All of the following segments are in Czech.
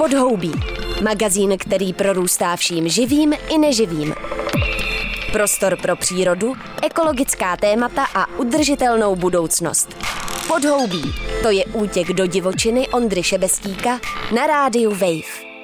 Podhoubí. Magazín, který prorůstá vším živým i neživým. Prostor pro přírodu, ekologická témata a udržitelnou budoucnost. Podhoubí. To je útěk do divočiny Ondry Šebestíka na rádiu Wave.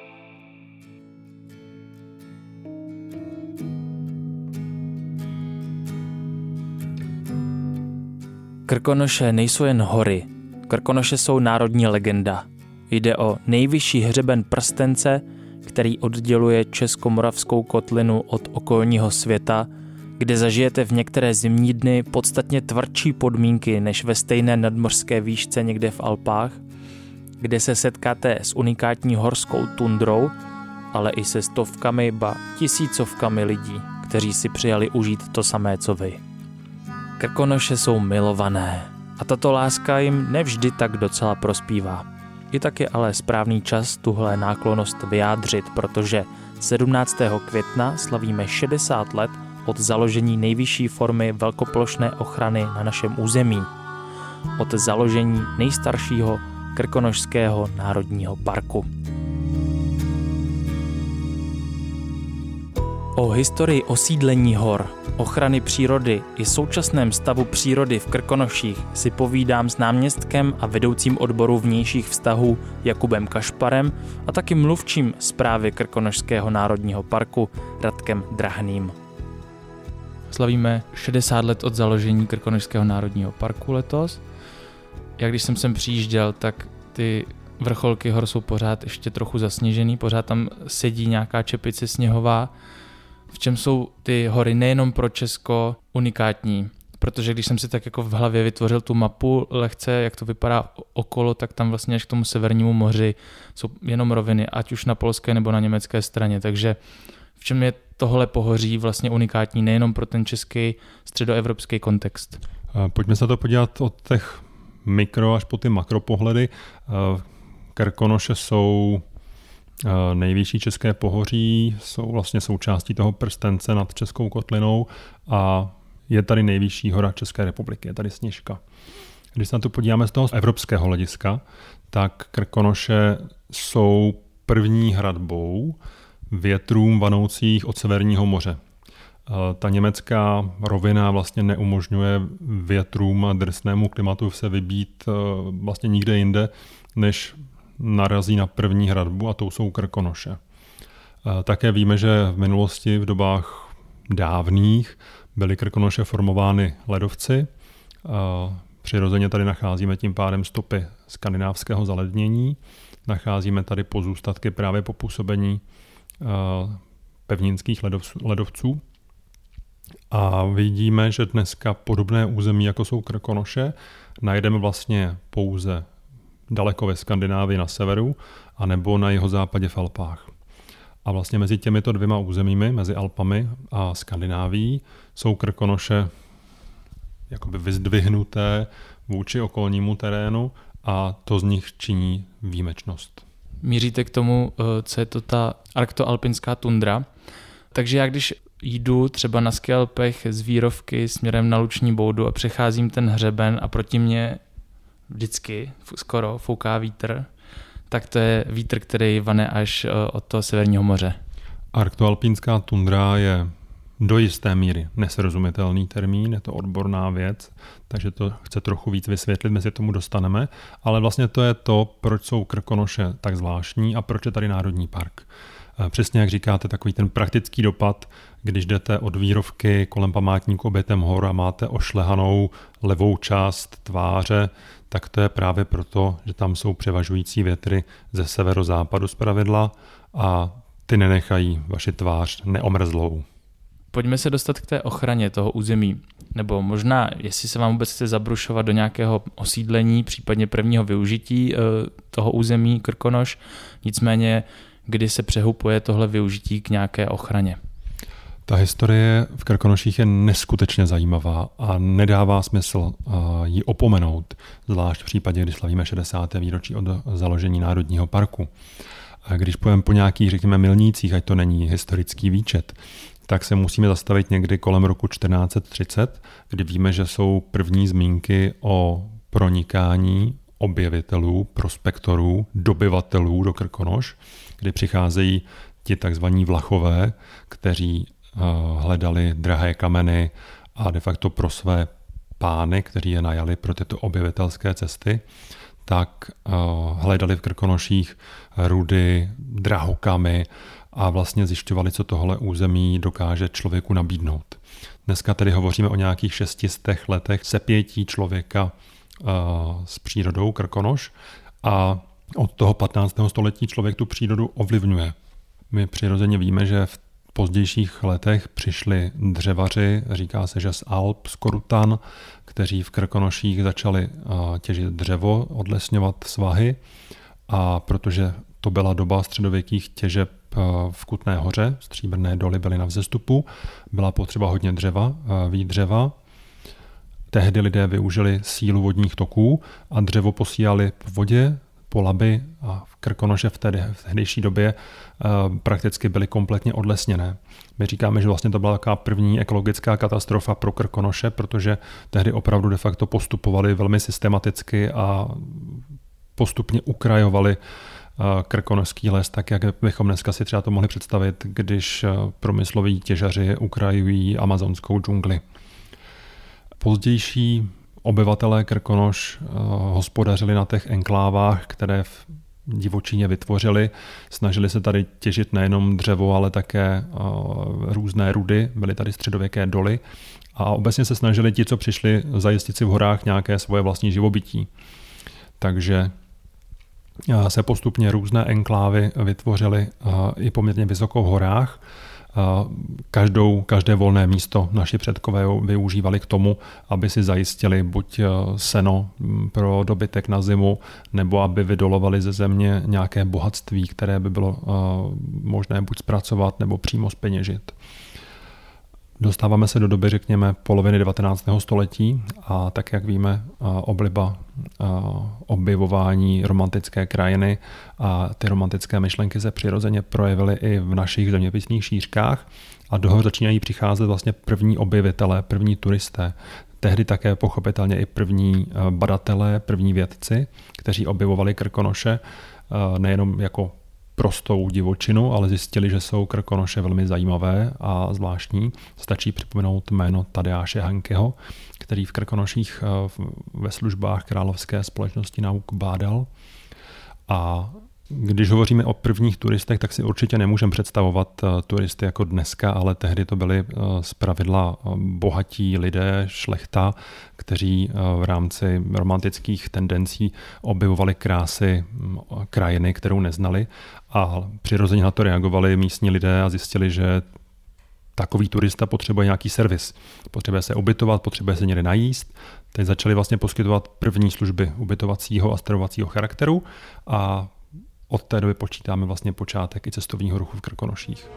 Krkonoše nejsou jen hory. Krkonoše jsou národní legenda. Jde o nejvyšší hřeben prstence, který odděluje Českomoravskou kotlinu od okolního světa, kde zažijete v některé zimní dny podstatně tvrdší podmínky než ve stejné nadmořské výšce někde v Alpách, kde se setkáte s unikátní horskou tundrou, ale i se stovkami, ba tisícovkami lidí, kteří si přijali užít to samé, co vy. Krkonoše jsou milované a tato láska jim nevždy tak docela prospívá. I tak je ale správný čas tuhle náklonnost vyjádřit, protože 17. května slavíme 60 let od založení nejvyšší formy velkoplošné ochrany na našem území. Od založení nejstaršího Krkonošského národního parku. O historii osídlení hor, ochrany přírody i současném stavu přírody v Krkonoších si povídám s náměstkem a vedoucím odboru vnějších vztahů Jakubem Kašparem a taky mluvčím správy Krkonošského národního parku Radkem Drahným. Slavíme 60 let od založení Krkonošského národního parku letos. Jak když jsem sem přijížděl, tak ty vrcholky hor jsou pořád ještě trochu zasněžený, pořád tam sedí nějaká čepice sněhová. V čem jsou ty hory nejenom pro Česko unikátní, protože když jsem si tak jako v hlavě vytvořil tu mapu lehce, jak to vypadá okolo, tak tam vlastně až k tomu severnímu moři jsou jenom roviny, ať už na polské nebo na německé straně, takže v čem je tohle pohoří vlastně unikátní nejenom pro ten český středoevropský kontext? Pojďme se to podívat od těch mikro až po ty makropohledy. Krkonoše jsou nejvyšší české pohoří, jsou vlastně součástí toho prstence nad Českou kotlinou a je tady nejvyšší hora České republiky, je tady Sněžka. Když se na to podíváme z toho evropského hlediska, tak Krkonoše jsou první hradbou větrům vanoucích od Severního moře. Ta německá rovina vlastně neumožňuje větrům a drsnému klimatu se vybít vlastně nikde jinde, než narazí na první hradbu a tou jsou Krkonoše. Také víme, že v minulosti, v dobách dávných, byly Krkonoše formovány ledovci. Přirozeně tady nacházíme tím pádem stopy skandinávského zalednění. Nacházíme tady pozůstatky právě po působení pevninských ledovců. A vidíme, že dneska podobné území, jako jsou Krkonoše, najdeme vlastně pouze daleko ve Skandinávii na severu, anebo na jihozápadě v Alpách. A vlastně mezi těmito dvěma územími, mezi Alpami a Skandinávií, jsou Krkonoše jakoby vyzdvihnuté vůči okolnímu terénu a to z nich činí výjimečnost. Míříte k tomu, co je to ta arktoalpinská tundra. Takže já když jdu třeba na ski Alpech z Vírovky směrem na Luční boudu a přecházím ten hřeben a proti mě vždycky skoro fouká vítr, tak to je vítr, který vane až od toho Severního moře. Arktoalpinská tundra je do jisté míry nesrozumitelný termín, je to odborná věc, takže to chce trochu víc vysvětlit, my se tomu dostaneme, ale vlastně to je to, proč jsou Krkonoše tak zvláštní a proč je tady národní park. Přesně jak říkáte, takový ten praktický dopad, když jdete od Vírovky kolem památníku obětem hor a máte ošlehanou levou část tváře, tak to je právě proto, že tam jsou převažující větry ze severozápadu zpravidla a ty nenechají vaši tvář neomrzlou. Pojďme se dostat k té ochraně toho území, nebo možná, jestli se vám vůbec chce zabrušovat do nějakého osídlení, případně prvního využití toho území Krkonoš, nicméně kdy se přehupuje tohle využití k nějaké ochraně. Ta historie v Krkonoších je neskutečně zajímavá a nedává smysl ji opomenout, zvlášť v případě, kdy slavíme 60. výročí od založení Národního parku. Když půjdeme po nějakých, řekněme, milnících, ať to není historický výčet, tak se musíme zastavit někdy kolem roku 1430, kdy víme, že jsou první zmínky o pronikání objevitelů, prospektorů, dobyvatelů do Krkonoš, kdy přicházejí ti takzvaní vlachové, kteří hledali drahé kameny a de facto pro své pány, kteří je najali pro tyto objevitelské cesty, tak hledali v Krkonoších rudy, drahokamy a vlastně zjišťovali, co tohle území dokáže člověku nabídnout. Dneska tedy hovoříme o nějakých 600 letech sepětí člověka s přírodou Krkonoš a od toho 15. století člověk tu přírodu ovlivňuje. My přirozeně víme, že v pozdějších letech přišli dřevaři, říká se, že z Alp, z Korutan, kteří v Krkonoších začali těžit dřevo, odlesňovat svahy a protože to byla doba středověkých těžeb v Kutné Hoře, stříbrné doly byly na vzestupu, byla potřeba hodně dřeva, výdřeva. Tehdy lidé využili sílu vodních toků a dřevo posílali po vodě, po Labi a v Krkonoše v tehdejší době prakticky byly kompletně odlesněné. My říkáme, že vlastně to byla taková první ekologická katastrofa pro Krkonoše, protože tehdy opravdu de facto postupovali velmi systematicky a postupně ukrajovali krkonošský les, tak jak bychom dneska si třeba to mohli představit, když průmysloví těžaři ukrajují amazonskou džungli. Pozdější obyvatelé Krkonoš hospodařili na těch enklávách, které v divočině vytvořili. Snažili se tady těžit nejenom dřevo, ale také různé rudy. Byly tady středověké doly a obecně se snažili ti, co přišli, zajistit si v horách nějaké svoje vlastní živobytí. Takže se postupně různé enklávy vytvořily i poměrně vysoko v horách. Každé volné místo naši předkové využívali k tomu, aby si zajistili buď seno pro dobytek na zimu, nebo aby vydolovali ze země nějaké bohatství, které by bylo možné buď zpracovat, nebo přímo zpeněžit. Dostáváme se do doby, řekněme, poloviny 19. století a tak, jak víme, obliba objevování romantické krajiny a ty romantické myšlenky se přirozeně projevily i v našich zeměpisných šířkách a do hor začínají přicházet vlastně první objevitelé, první turisté. Tehdy také pochopitelně i první badatelé, první vědci, kteří objevovali Krkonoše nejenom jako prostou divočinu, ale zjistili, že jsou Krkonoše velmi zajímavé a zvláštní. Stačí připomenout jméno Tadeáše Hankeho, který v Krkonoších ve službách Královské společnosti nauk bádal. A když hovoříme o prvních turistech, tak si určitě nemůžeme představovat turisty jako dneska, ale tehdy to byli zpravidla bohatí lidé, šlechta, kteří v rámci romantických tendencí objevovali krásy krajiny, kterou neznali a přirozeně na to reagovali místní lidé a zjistili, že takový turista potřebuje nějaký servis. Potřebuje se ubytovat, potřebuje se někde najíst. Teď začali vlastně poskytovat první služby ubytovacího a stravovacího charakteru a od té doby počítáme vlastně počátek i cestovního ruchu v Krkonoších.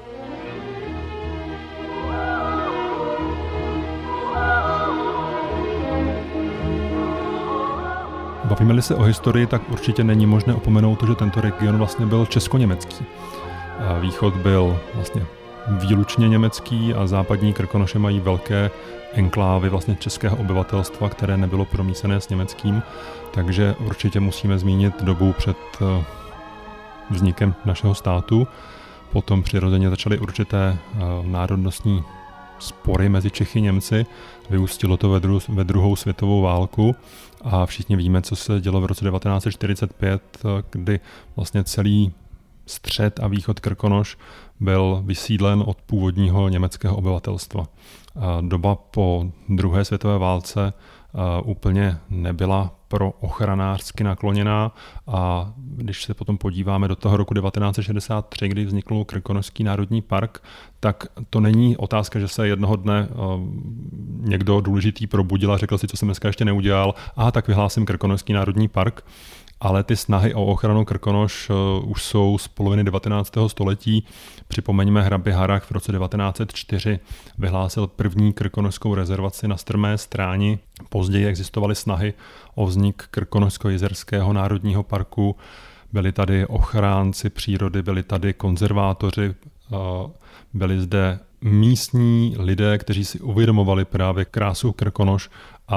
Bavíme-li se o historii, tak určitě není možné opomenout to, že tento region vlastně byl česko-německý. Východ byl vlastně výlučně německý a západní Krkonoše mají velké enklávy vlastně českého obyvatelstva, které nebylo promísené s německým, takže určitě musíme zmínit dobu před vznikem našeho státu. Potom přirozeně začaly určité národnostní spory mezi Čechy a Němci. Vyústilo to ve druhou světovou válku a všichni víme, co se dělo v roce 1945, kdy vlastně celý střed a východ Krkonoš byl vysídlen od původního německého obyvatelstva. Doba po druhé světové válce úplně nebyla pro ochranářsky nakloněná a když se potom podíváme do toho roku 1963, kdy vznikl Krkonošský národní park, tak to není otázka, že se jednoho dne někdo důležitý probudil a řekl si, co jsem dneska ještě neudělal, tak vyhlásím Krkonošský národní park. Ale ty snahy o ochranu Krkonoš už jsou z poloviny 19. století. Připomeňme, hrabě Harrach v roce 1904 vyhlásil první krkonošskou rezervaci na Strmé stráni. Později existovaly snahy o vznik Krkonošsko-jizerského národního parku. Byli tady ochránci přírody, byli tady konzervátoři, byli zde místní lidé, kteří si uvědomovali právě krásu Krkonoš a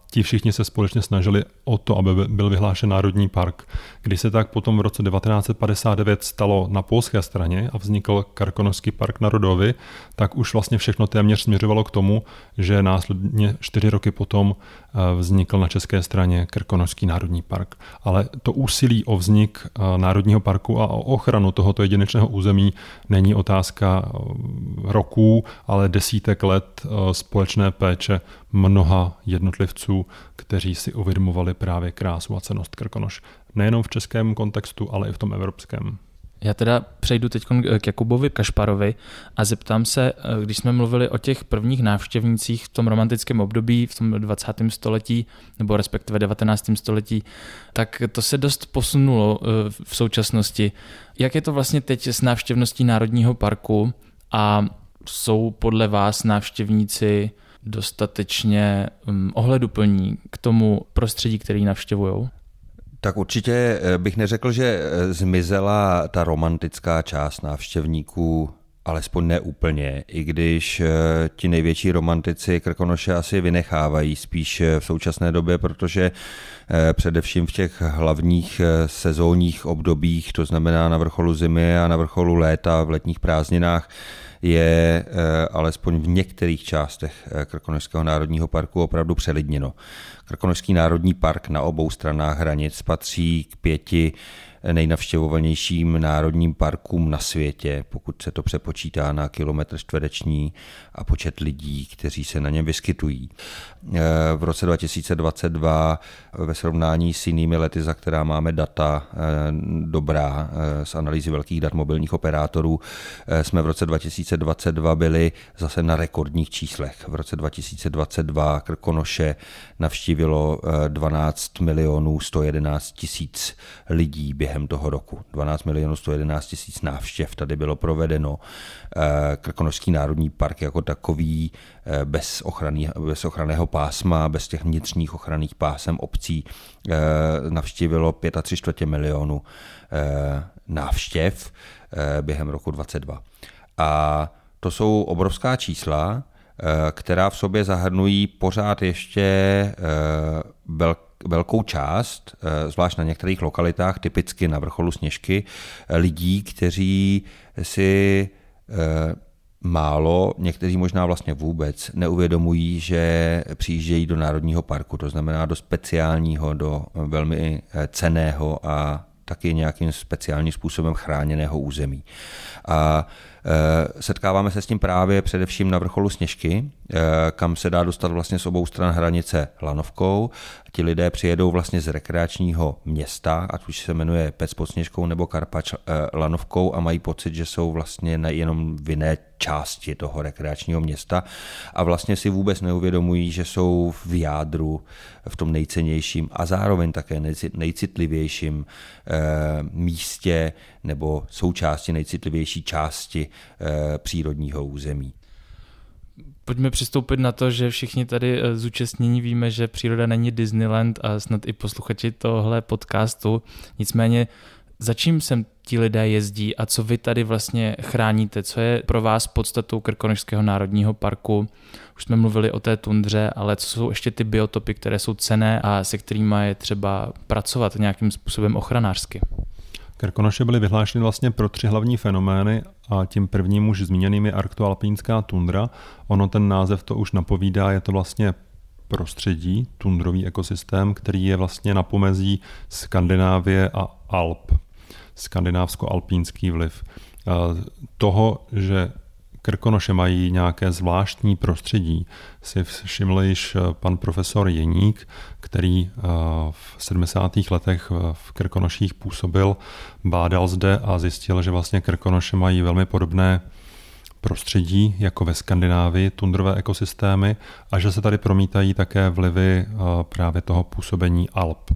ti všichni se společně snažili o to, aby byl vyhlášen národní park. Když se tak potom v roce 1959 stalo na polské straně a vznikl Krkonošský park narodový, tak už vlastně všechno téměř směřovalo k tomu, že následně 4 roky potom vznikl na české straně Krkonošský národní park. Ale to úsilí o vznik národního parku a o ochranu tohoto jedinečného území není otázka roků, ale desítek let společné péče mnoha jednotlivců, kteří si uvědomovali právě krásu a cennost Krkonoš. Nejenom v českém kontextu, ale i v tom evropském. Já teda přejdu teď k Jakubovi Kašparovi a zeptám se, když jsme mluvili o těch prvních návštěvnících v tom romantickém období, v tom 20. století, nebo respektive 19. století, tak to se dost posunulo v současnosti. Jak je to vlastně teď s návštěvností Národního parku a jsou podle vás návštěvníci dostatečně ohleduplní k tomu prostředí, který navštěvujou? Tak určitě bych neřekl, že zmizela ta romantická část návštěvníků, alespoň ne úplně, i když ti největší romantici Krkonoše asi vynechávají spíš v současné době, protože především v těch hlavních sezónních obdobích, to znamená na vrcholu zimy a na vrcholu léta, v letních prázdninách, je alespoň v některých částech Krkonošského národního parku opravdu přelidněno. Krkonošský národní park na obou stranách hranic patří k 5 nejnavštěvovanějším národním parkům na světě, pokud se to přepočítá na kilometr čtvereční a počet lidí, kteří se na něm vyskytují. V roce 2022 ve srovnání s jinými lety, za která máme data dobrá z analýzy velkých dat mobilních operátorů, jsme v roce 2022 byli zase na rekordních číslech. V roce 2022 Krkonoše navštívilo 12 111 000 lidí během toho roku. 12 111 000 návštěv tady bylo provedeno. Krkonošský národní park jako takový bez ochranného pásma, bez těch vnitřních ochranných pásem obcí navštívilo 5,75 milionu návštěv během roku 2022. A to jsou obrovská čísla, která v sobě zahrnují pořád ještě velkou část, zvlášť na některých lokalitách, typicky na vrcholu Sněžky, lidí, kteří si málo, někteří možná vlastně vůbec neuvědomují, že přijíždějí do Národního parku, to znamená do speciálního, do velmi cenného a taky nějakým speciálním způsobem chráněného území. A setkáváme se s tím právě především na vrcholu Sněžky, kam se dá dostat vlastně z obou stran hranice lanovkou. Ti lidé přijedou vlastně z rekreačního města, ať už se jmenuje Pec pod Sněžkou nebo Karpač lanovkou a mají pocit, že jsou vlastně jenom v jiné části toho rekreačního města a vlastně si vůbec neuvědomují, že jsou v jádru, v tom nejcennějším a zároveň také nejcitlivějším místě nebo součástí nejcitlivější části přírodního území. Pojďme přistoupit na to, že všichni tady zúčastnění víme, že příroda není Disneyland a snad i posluchači tohle podcastu. Nicméně za čím sem ti lidé jezdí a co vy tady vlastně chráníte? Co je pro vás podstatou Krkonošského národního parku? Už jsme mluvili o té tundře, ale co jsou ještě ty biotopy, které jsou cenné a se kterými je třeba pracovat nějakým způsobem ochranářsky? Krkonoše byly vyhlášeny vlastně pro 3 hlavní fenomény a tím prvním už zmíněným je arktoalpínská tundra. Ono ten název to už napovídá, je to vlastně prostředí, tundrový ekosystém, který je vlastně na pomezí Skandinávie a Alp. Skandinávsko-alpínský vliv. Toho, že Krkonoše mají nějaké zvláštní prostředí, si všiml již pan profesor Jeník, který v 70. letech v Krkonoších působil, bádal zde a zjistil, že vlastně Krkonoše mají velmi podobné prostředí jako ve Skandinávii, tundrové ekosystémy a že se tady promítají také vlivy právě toho působení Alp.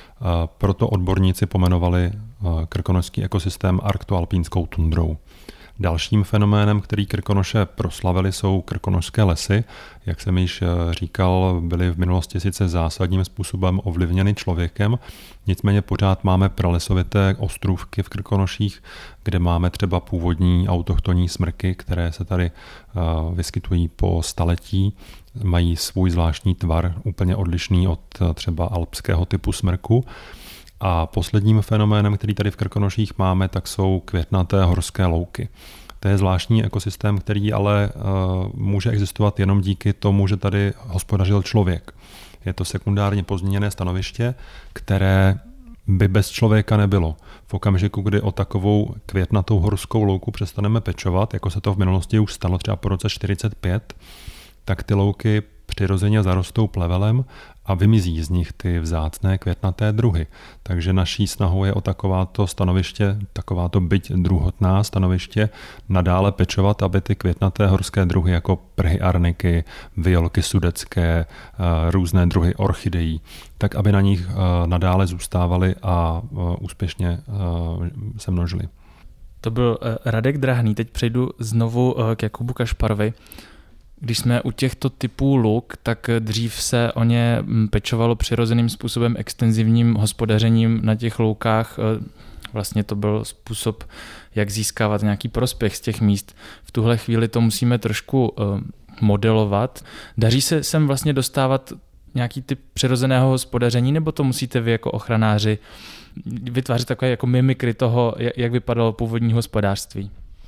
Proto odborníci pomenovali krkonošský ekosystém arktoalpínskou tundrou. Dalším fenoménem, který Krkonoše proslavili, jsou krkonošské lesy. Jak jsem již říkal, byly v minulosti sice zásadním způsobem ovlivněny člověkem, nicméně pořád máme pralesovité ostrůvky v Krkonoších, kde máme třeba původní autochtonní smrky, které se tady vyskytují po staletí. Mají svůj zvláštní tvar, úplně odlišný od třeba alpského typu smrku. A posledním fenoménem, který tady v Krkonoších máme, tak jsou květnaté horské louky. To je zvláštní ekosystém, který ale může existovat jenom díky tomu, že tady hospodařil člověk. Je to sekundárně pozměněné stanoviště, které by bez člověka nebylo. V okamžiku, kdy o takovou květnatou horskou louku přestaneme pečovat, jako se to v minulosti už stalo třeba po roce 45, tak ty louky přirozeně zarostou plevelem a vymizí z nich ty vzácné květnaté druhy. Takže naší snahou je o takováto stanoviště, takováto byť druhotná stanoviště nadále pečovat, aby ty květnaté horské druhy jako prhy arniky, violky sudecké, různé druhy orchidejí, tak aby na nich nadále zůstávaly a úspěšně se množily. To byl Radek Drahný. Teď přejdu znovu k Jakubu Kašparovi. Když jsme u těchto typů luk, tak dřív se o ně pečovalo přirozeným způsobem, extenzivním hospodařením na těch loukách. Vlastně to byl způsob, jak získávat nějaký prospěch z těch míst. V tuhle chvíli to musíme trošku modelovat. Daří se sem vlastně dostávat nějaký typ přirozeného hospodaření, nebo to musíte vy jako ochranáři vytvářet takové jako mimikry toho, jak vypadalo původní hospodářství?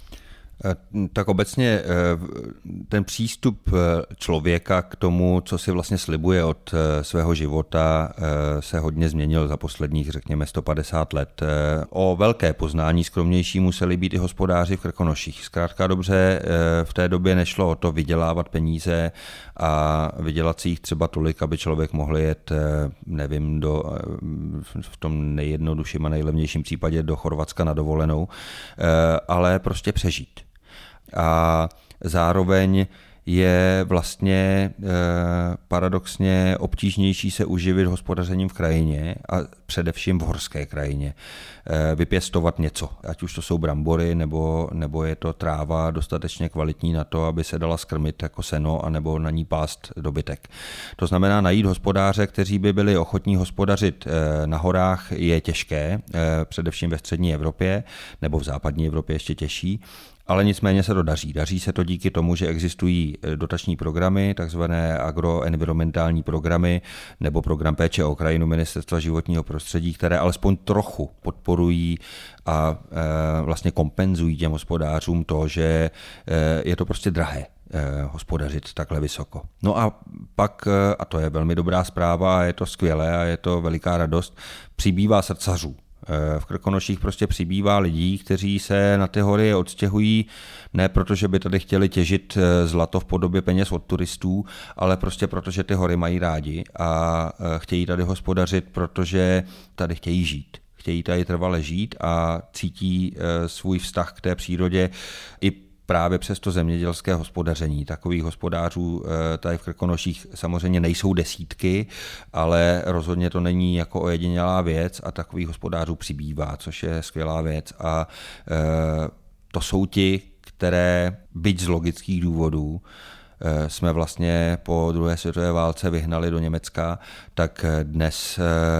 Tak obecně ten přístup člověka k tomu, co si vlastně slibuje od svého života, se hodně změnil za posledních, řekněme, 150 let. O velké poznání skromnější museli být i hospodáři v Krkonoších. Zkrátka dobře, v té době nešlo o to vydělávat peníze a vydělat si jich třeba tolik, aby člověk mohl jet, nevím, v tom nejjednodušším a nejlevnějším případě do Chorvatska na dovolenou, ale prostě přežít. A zároveň je vlastně paradoxně obtížnější se uživit hospodařením v krajině a především v horské krajině. Vypěstovat něco, ať už to jsou brambory, nebo je to tráva dostatečně kvalitní na to, aby se dala skrmit jako seno, anebo na ní pást dobytek. To znamená, najít hospodáře, kteří by byli ochotní hospodařit na horách, je těžké, především ve střední Evropě, nebo v západní Evropě ještě těžší. Ale nicméně se to daří. Daří se to díky tomu, že existují dotační programy, takzvané agroenvironmentální programy nebo program péče o krajinu Ministerstva životního prostředí, které alespoň trochu podporují a vlastně kompenzují těm hospodářům to, že je to prostě drahé hospodařit takhle vysoko. No a pak, a to je velmi dobrá zpráva, je to skvělé a je to veliká radost, přibývá srdcařů. V Krkonoších prostě přibývá lidí, kteří se na ty hory odstěhují ne proto, že by tady chtěli těžit zlato v podobě peněz od turistů, ale prostě proto, že ty hory mají rádi a chtějí tady hospodařit, protože tady chtějí žít. Chtějí tady trvale žít a cítí svůj vztah k té přírodě i právě přes to zemědělské hospodaření. Takových hospodářů tady v Krkonoších samozřejmě nejsou desítky, ale rozhodně to není jako ojedinělá věc a takových hospodářů přibývá, což je skvělá věc. A to jsou ti, které byť z logických důvodů jsme vlastně po druhé světové válce vyhnali do Německa, tak dnes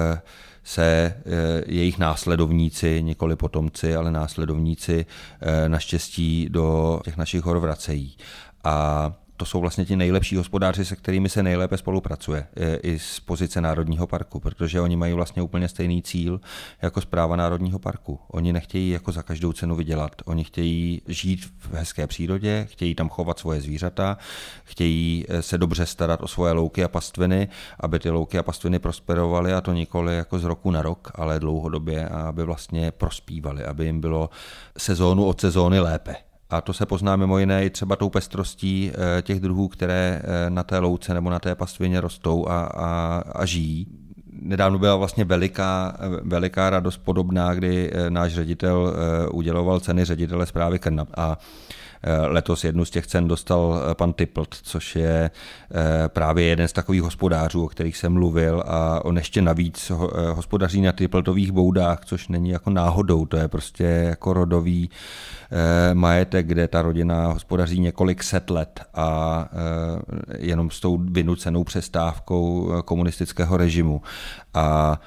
se jejich následovníci, nikoli potomci, ale následovníci naštěstí do těch našich hor vracejí. A to jsou vlastně ti nejlepší hospodáři, se kterými se nejlépe spolupracuje i z pozice Národního parku, protože oni mají vlastně úplně stejný cíl jako správa Národního parku. Oni nechtějí jako za každou cenu vydělat. Oni chtějí žít v hezké přírodě, chtějí tam chovat svoje zvířata, chtějí se dobře starat o svoje louky a pastviny, aby ty louky a pastviny prosperovaly a to nikoli jako z roku na rok, ale dlouhodobě a aby vlastně prospívaly, aby jim bylo sezónu od sezóny lépe. A to se pozná mimo jiné i třeba tou pestrostí těch druhů, které na té louce nebo na té pastvině rostou a žijí. Nedávno byla vlastně veliká radost podobná, kdy náš ředitel uděloval ceny ředitele správy Krnap. A Letos jednu z těch cen dostal pan Tippelt, což je právě jeden z takových hospodářů, o kterých jsem mluvil, a on ještě navíc hospodaří na Tippeltových boudách, což není jako náhodou, to je prostě jako rodový majetek, kde ta rodina hospodaří několik set let a jenom s tou vynucenou přestávkou komunistického režimu. A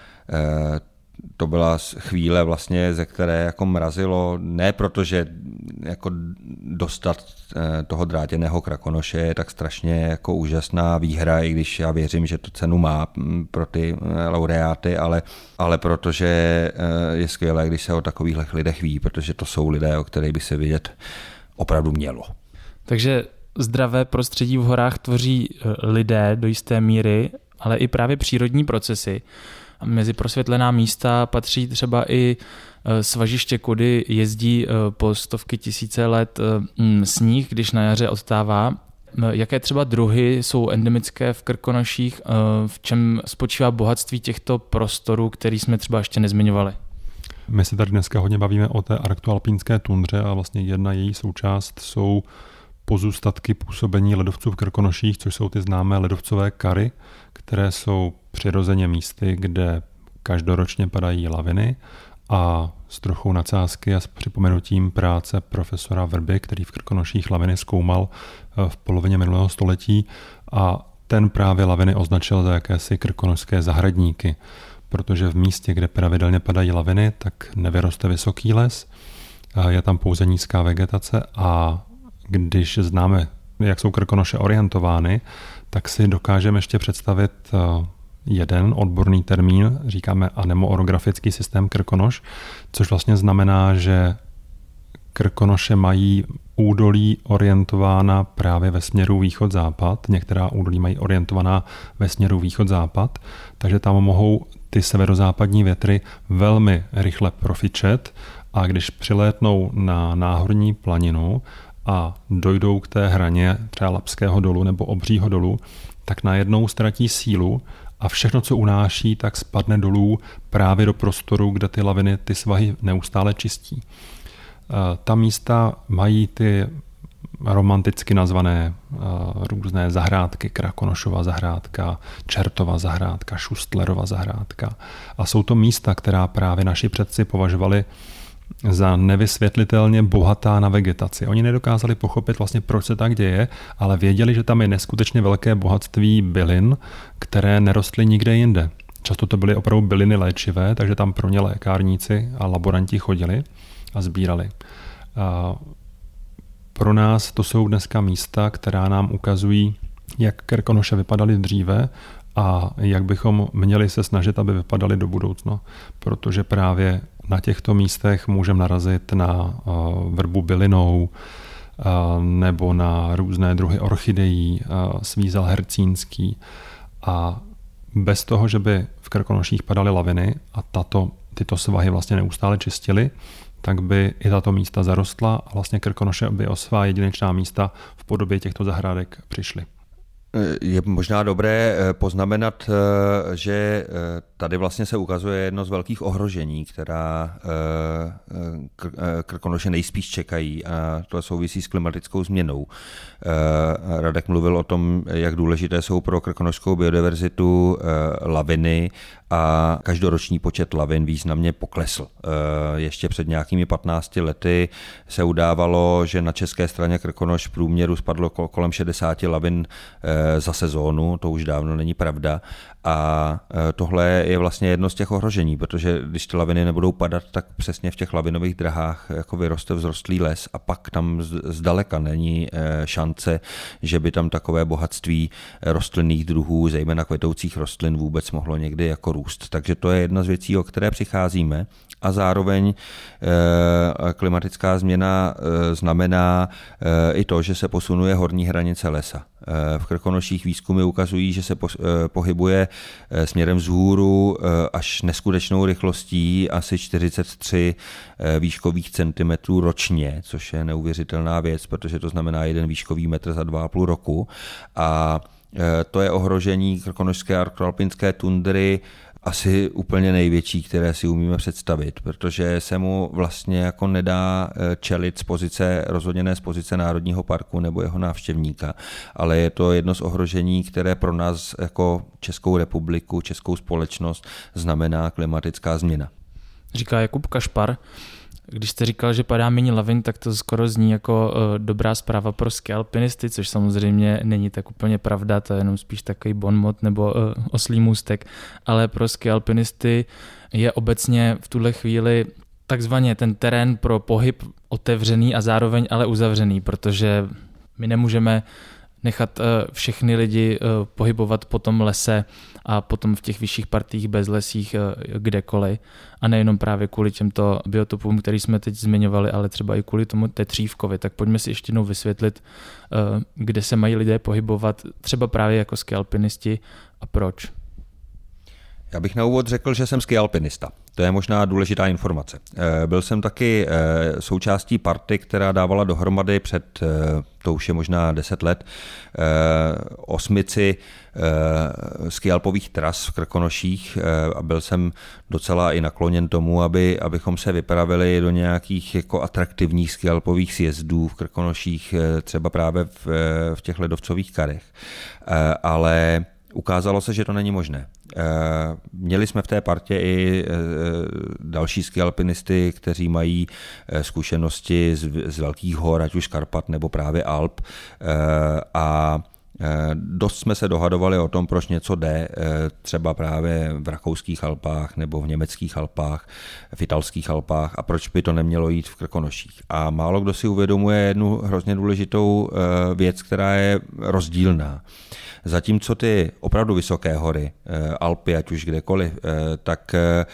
to byla chvíle vlastně, ze které jako mrazilo, ne protože jako dostat toho drátěného krakonoše je tak strašně jako úžasná výhra, i když já věřím, že tu cenu má pro ty laureáty, ale protože je skvělé, když se o takových lidech ví, protože to jsou lidé, o kterých by se vědět opravdu mělo. Takže zdravé prostředí v horách tvoří lidé do jisté míry, ale i právě přírodní procesy. Mezi prosvětlená místa patří třeba i svažiště, kudy jezdí po stovky tisíce let sníh, když na jaře odtává. Jaké třeba druhy jsou endemické v Krkonoších? V čem spočívá bohatství těchto prostorů, který jsme třeba ještě nezmiňovali? My se tady dneska hodně bavíme o té arktoalpínské tundře a vlastně jedna její součást jsou pozůstatky působení ledovců v Krkonoších, což jsou ty známé ledovcové kary, které jsou přirozeně místy, kde každoročně padají laviny, a s trochou nadsázky a s připomenutím práce profesora Vrby, který v Krkonoších laviny zkoumal v polovině minulého století, a ten právě laviny označil za jakési krkonošské zahradníky, protože v místě, kde pravidelně padají laviny, tak nevyroste vysoký les, je tam pouze nízká vegetace, a když známe, jak jsou Krkonoše orientovány, tak si dokážeme ještě představit jeden odborný termín, říkáme anemoorografický systém Krkonoš, což vlastně znamená, že Krkonoše mají údolí orientována právě ve směru východ-západ, některá údolí mají orientovaná ve směru východ-západ, takže tam mohou ty severozápadní větry velmi rychle profičet, a když přilétnou na náhorní planinu a dojdou k té hraně třeba Lapského dolu nebo Obřího dolu, tak najednou ztratí sílu a všechno, co unáší, tak spadne dolů právě do prostoru, kde ty laviny ty svahy neustále čistí. Ta místa mají ty romanticky nazvané různé zahrádky, Krakonošova zahrádka, Čertova zahrádka, Šustlerova zahrádka. A jsou to místa, která právě naši předci považovali za nevysvětlitelně bohatá na vegetaci. Oni nedokázali pochopit vlastně, proč se tak děje, ale věděli, že tam je neskutečně velké bohatství bylin, které nerostly nikde jinde. Často to byly opravdu byliny léčivé, takže tam pro ně lékárníci a laboranti chodili a sbírali. Pro nás to jsou dneska místa, která nám ukazují, jak Krkonoše vypadaly dříve a jak bychom měli se snažit, aby vypadaly do budoucna. Protože právě na těchto místech můžeme narazit na vrbu nebo na různé druhy orchidejí, svízel hercínský. A bez toho, že by v Krkonoších padaly laviny a tyto svahy vlastně neustále čistily, tak by i tato místa zarostla a vlastně Krkonoše by o svá jedinečná místa v podobě těchto zahrádek přišly. Je možná dobré poznamenat, že tady vlastně se ukazuje jedno z velkých ohrožení, která Krkonoše nejspíš čekají, a to souvisí s klimatickou změnou. Radek mluvil o tom, jak důležité jsou pro krkonošskou biodiverzitu laviny, a každoroční počet lavin významně poklesl. Ještě před nějakými 15 lety se udávalo, že na české straně Krkonoš v průměru spadlo kolem 60 lavin za sezónu, to už dávno není pravda. A tohle je vlastně jedno z těch ohrožení, protože když ty laviny nebudou padat, tak přesně v těch lavinových drahách jako vyroste vzrostlý les a pak tam zdaleka není šance, že by tam takové bohatství rostlinných druhů, zejména kvetoucích rostlin, vůbec mohlo někdy jako růst. Takže to je jedna z věcí, o které přicházíme. A zároveň klimatická změna znamená i to, že se posunuje horní hranice lesa. V Krkonoších výzkumy ukazují, že se pohybuje směrem vzhůru až neskutečnou rychlostí asi 43 výškových centimetrů ročně, což je neuvěřitelná věc, protože to znamená 1 výškový metr za 2,5 roku. A to je ohrožení krkonošské arktoalpinské tundry asi úplně největší, které si umíme představit, protože se mu vlastně jako nedá čelit rozhodně ne z pozice Národního parku nebo jeho návštěvníka, ale je to jedno z ohrožení, které pro nás jako Českou republiku, českou společnost znamená klimatická změna. Říká Jakub Kašpar. Když jste říkal, že padá méně lavin, tak to skoro zní jako dobrá zpráva pro skialpinisty, což samozřejmě není tak úplně pravda, to je jenom spíš takový bonmot nebo oslí můstek, ale pro skialpinisty je obecně v tuhle chvíli takzvaně ten terén pro pohyb otevřený a zároveň ale uzavřený, protože my nemůžeme nechat všechny lidi pohybovat po tom lese a potom v těch vyšších partiích bezlesích kdekoliv. A nejenom právě kvůli těmto biotopům, který jsme teď zmiňovali, ale třeba i kvůli tomu Tetřívkovi. Tak pojďme si ještě jednou vysvětlit, kde se mají lidé pohybovat, třeba právě jako skialpinisti a proč. Já bych na úvod řekl, že jsem skialpinista. To je možná důležitá informace. Byl jsem taky součástí party, která dávala dohromady před, to už je možná 10 let, 8 skialpových tras v Krkonoších a byl jsem docela i nakloněn tomu, abychom se vypravili do nějakých jako atraktivních skialpových sjezdů v Krkonoších, třeba právě v těch ledovcových karech. Ale ukázalo se, že to není možné. Měli jsme v té partě i další skialpinisty, kteří mají zkušenosti z velkých hor, ať už Karpat nebo právě Alp. A dost jsme se dohadovali o tom, proč něco jde, třeba právě v rakouských Alpách nebo v německých Alpách, v italských Alpách a proč by to nemělo jít v Krkonoších. A málo kdo si uvědomuje jednu hrozně důležitou věc, která je rozdílná. Zatímco ty opravdu vysoké hory, Alpy, ať už kdekoliv, tak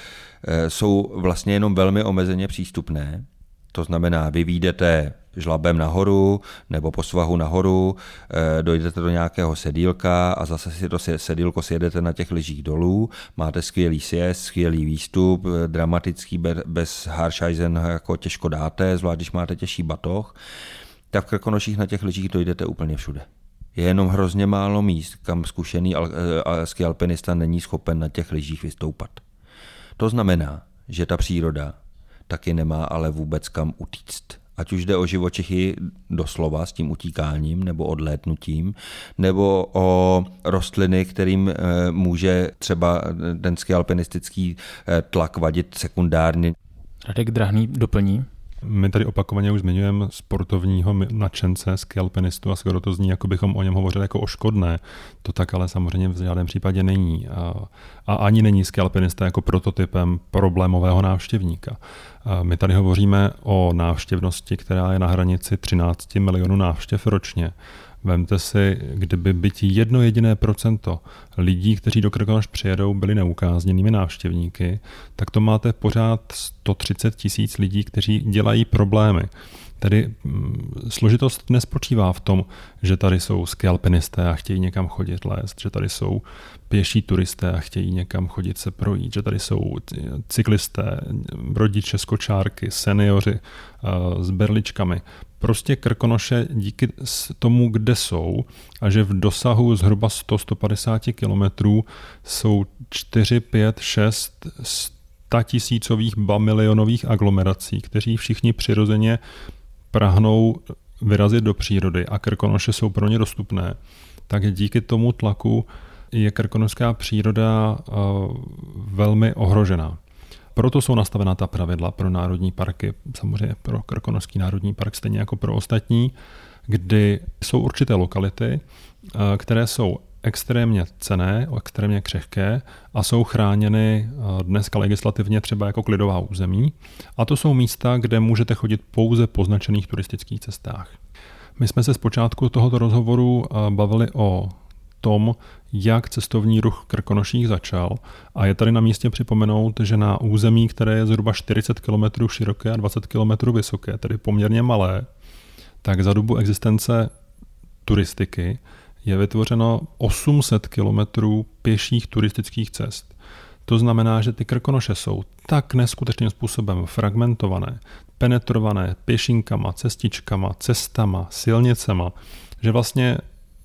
jsou vlastně jenom velmi omezeně přístupné. To znamená, vy vyjdete žlabem nahoru nebo po svahu nahoru, dojdete do nějakého sedílka a zase si to sedílko sjedete na těch lyžích dolů, máte skvělý sjezd, skvělý výstup, dramatický, bez Harscheisen jako těžko dáte, zvlášť když máte těžší batoh, tak v Krkonoších na těch lyžích dojdete úplně všude. Je jenom hrozně málo míst, kam zkušený skialpinista není schopen na těch lyžích vystoupat. To znamená, že ta příroda taky nemá ale vůbec kam utíct. Ať už jde o živočichy doslova s tím utíkáním nebo odlétnutím, nebo o rostliny, kterým může třeba ten skialpinistický tlak vadit sekundárně. Radek Drahný doplní. My tady opakovaně už zmiňujeme sportovního nadšence, skialpinistu a skoro to zní, jako bychom o něm hovořili jako o škodné. To tak ale samozřejmě v žádném případě není. A ani není skialpinista jako prototypem problémového návštěvníka. My tady hovoříme o návštěvnosti, která je na hranici 13 milionů návštěv ročně. Vemte si, kdyby byť 1 jediné procento lidí, kteří do Krkonoš přijedou, byli neukázněnými návštěvníky, tak to máte pořád 130 000 lidí, kteří dělají problémy. Tedy složitost nespočívá v tom, že tady jsou skialpinisté a chtějí někam chodit lézt, že tady jsou pěší turisté a chtějí někam chodit se projít, že tady jsou cyklisté, rodiče z kočárky, seniori s berličkami. Prostě Krkonoše díky tomu, kde jsou a že v dosahu zhruba 100-150 kilometrů jsou 4, 5, 6 100 000 milionových aglomerací, kteří všichni přirozeně prahnou vyrazit do přírody a Krkonoše jsou pro ně dostupné, tak díky tomu tlaku je krkonošská příroda velmi ohrožená. Proto jsou nastavená ta pravidla pro národní parky, samozřejmě pro Krkonošský národní park, stejně jako pro ostatní, kdy jsou určité lokality, které jsou extrémně cenné, extrémně křehké a jsou chráněny dneska legislativně třeba jako klidová území. A to jsou místa, kde můžete chodit pouze po značených turistických cestách. My jsme se zpočátku tohoto rozhovoru bavili o tom, jak cestovní ruch v Krkonoších začal a je tady na místě připomenout, že na území, které je zhruba 40 km široké a 20 km vysoké, tedy poměrně malé, tak za dobu existence turistiky je vytvořeno 800 kilometrů pěších turistických cest. To znamená, že ty Krkonoše jsou tak neskutečným způsobem fragmentované, penetrované pěšinkama, cestičkama, cestama, silnicema, že vlastně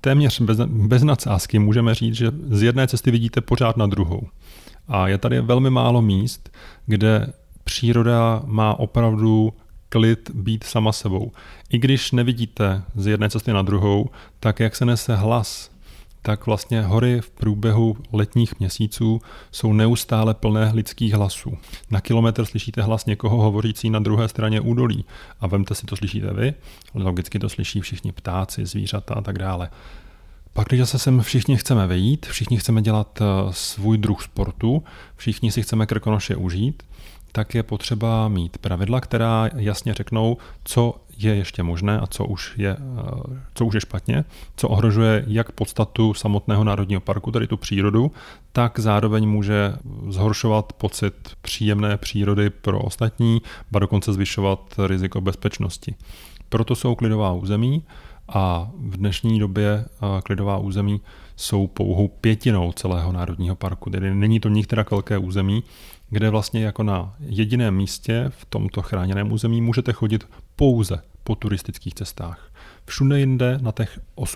téměř bez nadsázky můžeme říct, že z jedné cesty vidíte pořád na druhou. A je tady velmi málo míst, kde příroda má opravdu klid být sama sebou. I když nevidíte z jedné cesty na druhou, tak jak se nese hlas, tak vlastně hory v průběhu letních měsíců jsou neustále plné lidských hlasů. Na kilometr slyšíte hlas někoho hovořící na druhé straně údolí. A vemte si, to slyšíte vy, logicky to slyší všichni ptáci, zvířata a tak dále. Pak, když se sem všichni chceme vejít, všichni chceme dělat svůj druh sportu, všichni si chceme Krkonoše užít, tak je potřeba mít pravidla, která jasně řeknou, co je ještě možné a co už je špatně, co ohrožuje jak podstatu samotného národního parku, tedy tu přírodu, tak zároveň může zhoršovat pocit příjemné přírody pro ostatní, ba dokonce zvyšovat riziko bezpečnosti. Proto jsou klidová území a v dnešní době klidová území jsou pouhou 1/5 celého národního parku, tedy není to nikterak velké území, kde vlastně jako na jediném místě v tomto chráněném území můžete chodit pouze po turistických cestách. Všude jinde na těch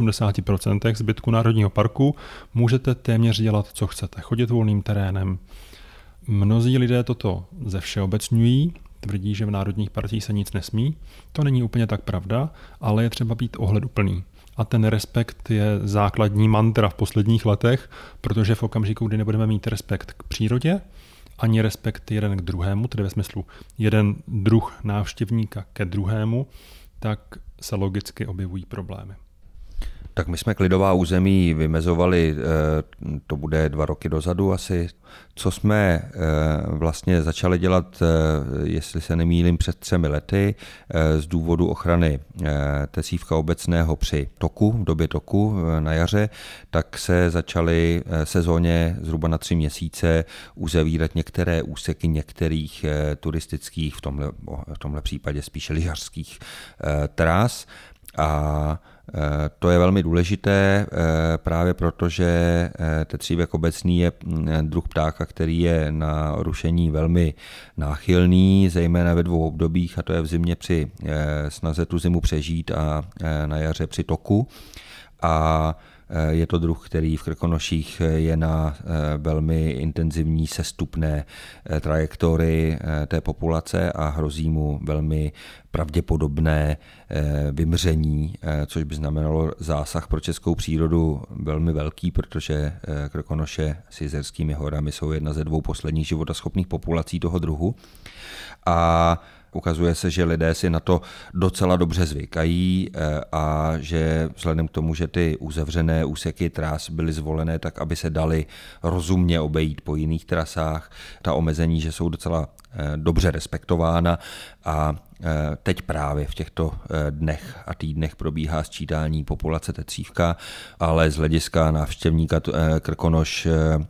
80% zbytku národního parku můžete téměř dělat, co chcete, chodit volným terénem. Mnozí lidé toto zevšeobecňují, tvrdí, že v národních parcích se nic nesmí. To není úplně tak pravda, ale je třeba být ohleduplný. A ten respekt je základní mantra v posledních letech, protože v okamžiku, kdy nebudeme mít respekt k přírodě, ani respekt jeden k druhému, tedy ve smyslu jeden druh návštěvníka ke druhému, tak se logicky objevují problémy. Tak my jsme klidová území vymezovali, to bude 2 roky dozadu asi. Co jsme vlastně začali dělat, jestli se nemýlím, před 3 lety, z důvodu ochrany tecívka obecného při toku, v době toku na jaře, tak se začaly sezóně zhruba na 3 měsíce uzavírat některé úseky některých turistických, v tomhle případě spíše lyžařských tras. A to je velmi důležité právě proto, že tetřívek obecný je druh ptáka, který je na rušení velmi náchylný, zejména ve 2 obdobích, a to je v zimě při snaze tu zimu přežít a na jaře při toku. A je to druh, který v Krkonoších je na velmi intenzivní sestupné trajektorii té populace a hrozí mu velmi pravděpodobné vymření, což by znamenalo zásah pro českou přírodu velmi velký, protože Krkonoše s Jizerskými horami jsou jedna ze 2 posledních životaschopných populací toho druhu. A ukazuje se, že lidé si na to docela dobře zvykají a že vzhledem k tomu, že ty uzavřené úseky tras byly zvolené tak, aby se daly rozumně obejít po jiných trasách, ta omezení, že jsou docela dobře respektována a teď právě v těchto dnech a týdnech probíhá sčítání populace tetřívka, ale z hlediska návštěvníka Krkonoš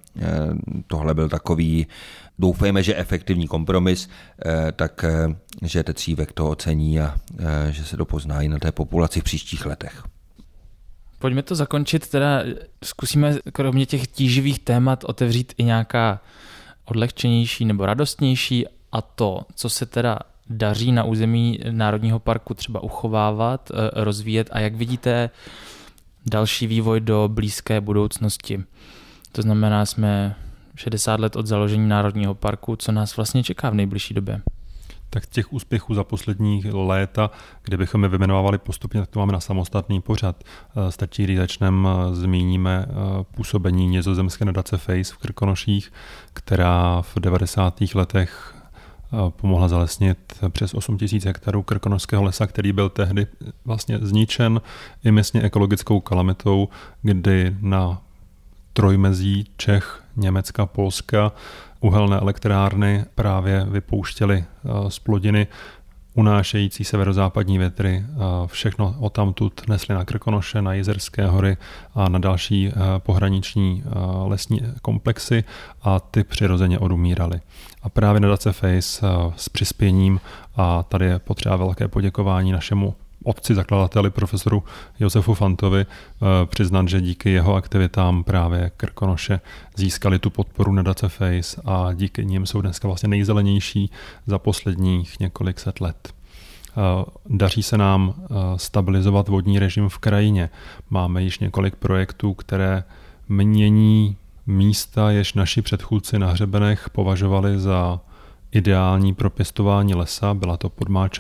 tohle byl takový, doufejme, že efektivní kompromis, tak že tetřívek to ocení a že se to pozná i na té populaci v příštích letech. Pojďme to zakončit, teda zkusíme kromě těch tíživých témat otevřít i nějaká odlehčenější nebo radostnější, a to, co se teda daří na území Národního parku třeba uchovávat, rozvíjet a jak vidíte další vývoj do blízké budoucnosti. To znamená, jsme 60 let od založení Národního parku, co nás vlastně čeká v nejbližší době. Tak těch úspěchů za poslední léta, kdybychom je vyjmenovali postupně, tak to máme na samostatný pořad. Stačí, když zmíníme působení nizozemské nadace FACE v Krkonoších, která v 90. letech pomohla zalesnit přes 8 000 hektarů krkonošského lesa, který byl tehdy vlastně zničen imisně ekologickou kalamitou, kdy na trojmezí Čech, Německa, Polska uhelné elektrárny právě vypouštěly z plodiny unášející severozápadní větry. Všechno odtamtud nesly na Krkonoše, na Jizerské hory a na další pohraniční lesní komplexy a ty přirozeně odumíraly. A právě nadace FACE s přispěním, a tady je potřeba velké poděkování našemu otci zakladateli, profesoru Josefu Fantovi, přiznat, že díky jeho aktivitám právě Krkonoše získali tu podporu nadace FACE a díky nim jsou dneska vlastně nejzelenější za posledních několik set let. Daří se nám stabilizovat vodní režim v krajině. Máme již několik projektů, které mění místa, jež naši předchůdci na hřebenech považovali za ideální pro pěstování lesa. Byly to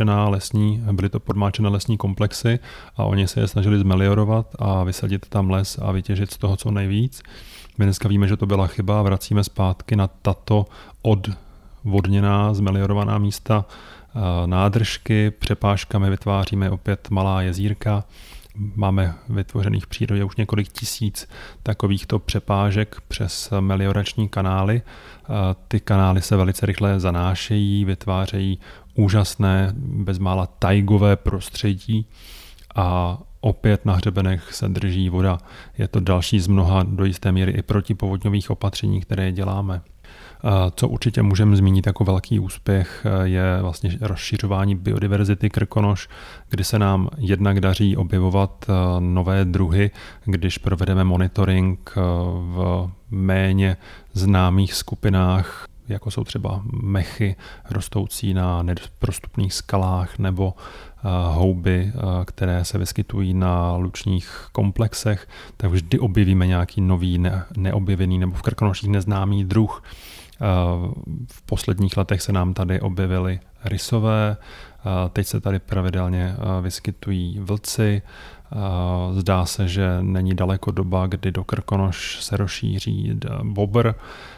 podmáčené lesní komplexy a oni se je snažili zmeliorovat a vysadit tam les a vytěžit z toho co nejvíc. My dneska víme, že to byla chyba a vracíme zpátky na tato odvodněná, zmeliorovaná místa nádržky, přepážkami vytváříme opět malá jezírka. Máme vytvořených v přírodě už několik tisíc takovýchto přepážek přes meliorační kanály. Ty kanály se velice rychle zanášejí, vytvářejí úžasné, bezmála tajgové prostředí a opět na hřebenech se drží voda. Je to další z mnoha do jisté míry i protipovodňových opatření, které děláme. Co určitě můžeme zmínit jako velký úspěch, je vlastně rozšiřování biodiverzity Krkonoš, kdy se nám jednak daří objevovat nové druhy, když provedeme monitoring v méně známých skupinách, jako jsou třeba mechy rostoucí na neprostupných skalách nebo houby, které se vyskytují na lučních komplexech, tak vždy objevíme nějaký nový neobjevený nebo v Krkonoších neznámý druh. V posledních letech se nám tady objevily rysové, teď se tady pravidelně vyskytují vlci. Zdá se, že není daleko doba, kdy do Krkonoš se rozšíří bobr.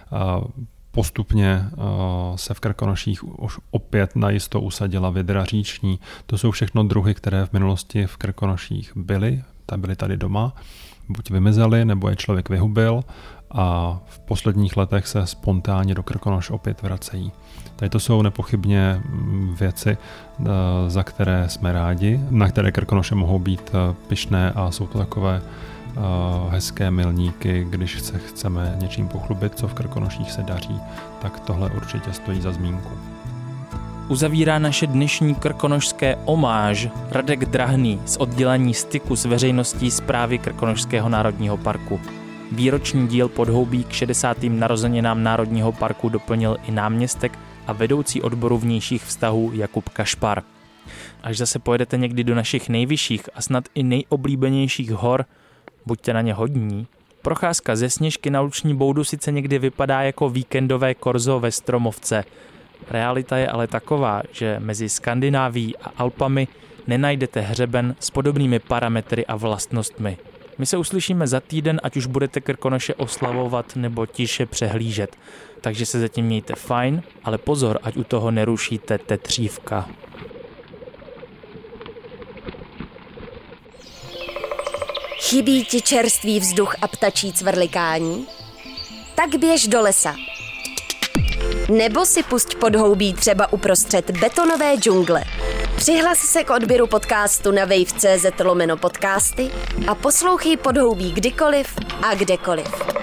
Postupně se v Krkonoších už opět najisto usadila vydra říční. To jsou všechno druhy, které v minulosti v Krkonoších byly tady doma, buď vymizely, nebo je člověk vyhubil a v posledních letech se spontánně do Krkonoš opět vracejí. Tady to jsou nepochybně věci, za které jsme rádi, na které Krkonoše mohou být pyšné a jsou to takové hezké milníky, když se chceme něčím pochlubit, co v Krkonoších se daří, tak tohle určitě stojí za zmínku. Uzavírá naše dnešní krkonošské omáž Radek Drahný z oddělení styku s veřejností Správy Krkonošského národního parku. Výroční díl Podhoubí k 60. narozeninám Národního parku doplnil i náměstek a vedoucí odboru vnějších vztahů Jakub Kašpar. Až zase pojedete někdy do našich nejvyšších a snad i nejoblíbenějších hor, buďte na ně hodní. Procházka ze Sněžky na Luční boudu sice někdy vypadá jako víkendové korzo ve Stromovce. Realita je ale taková, že mezi Skandinávií a Alpami nenajdete hřeben s podobnými parametry a vlastnostmi. My se uslyšíme za týden, ať už budete Krkonoše oslavovat nebo tiše přehlížet. Takže se zatím mějte fajn, ale pozor, ať u toho nerušíte tetřívka. Chybí ti čerstvý vzduch a ptačí cvrlikání? Tak běž do lesa. Nebo si pusť Podhoubí třeba uprostřed betonové džungle. Přihlas se k odběru podcastu na wave.cz/podcasty a poslouchej Podhoubí kdykoliv a kdekoliv.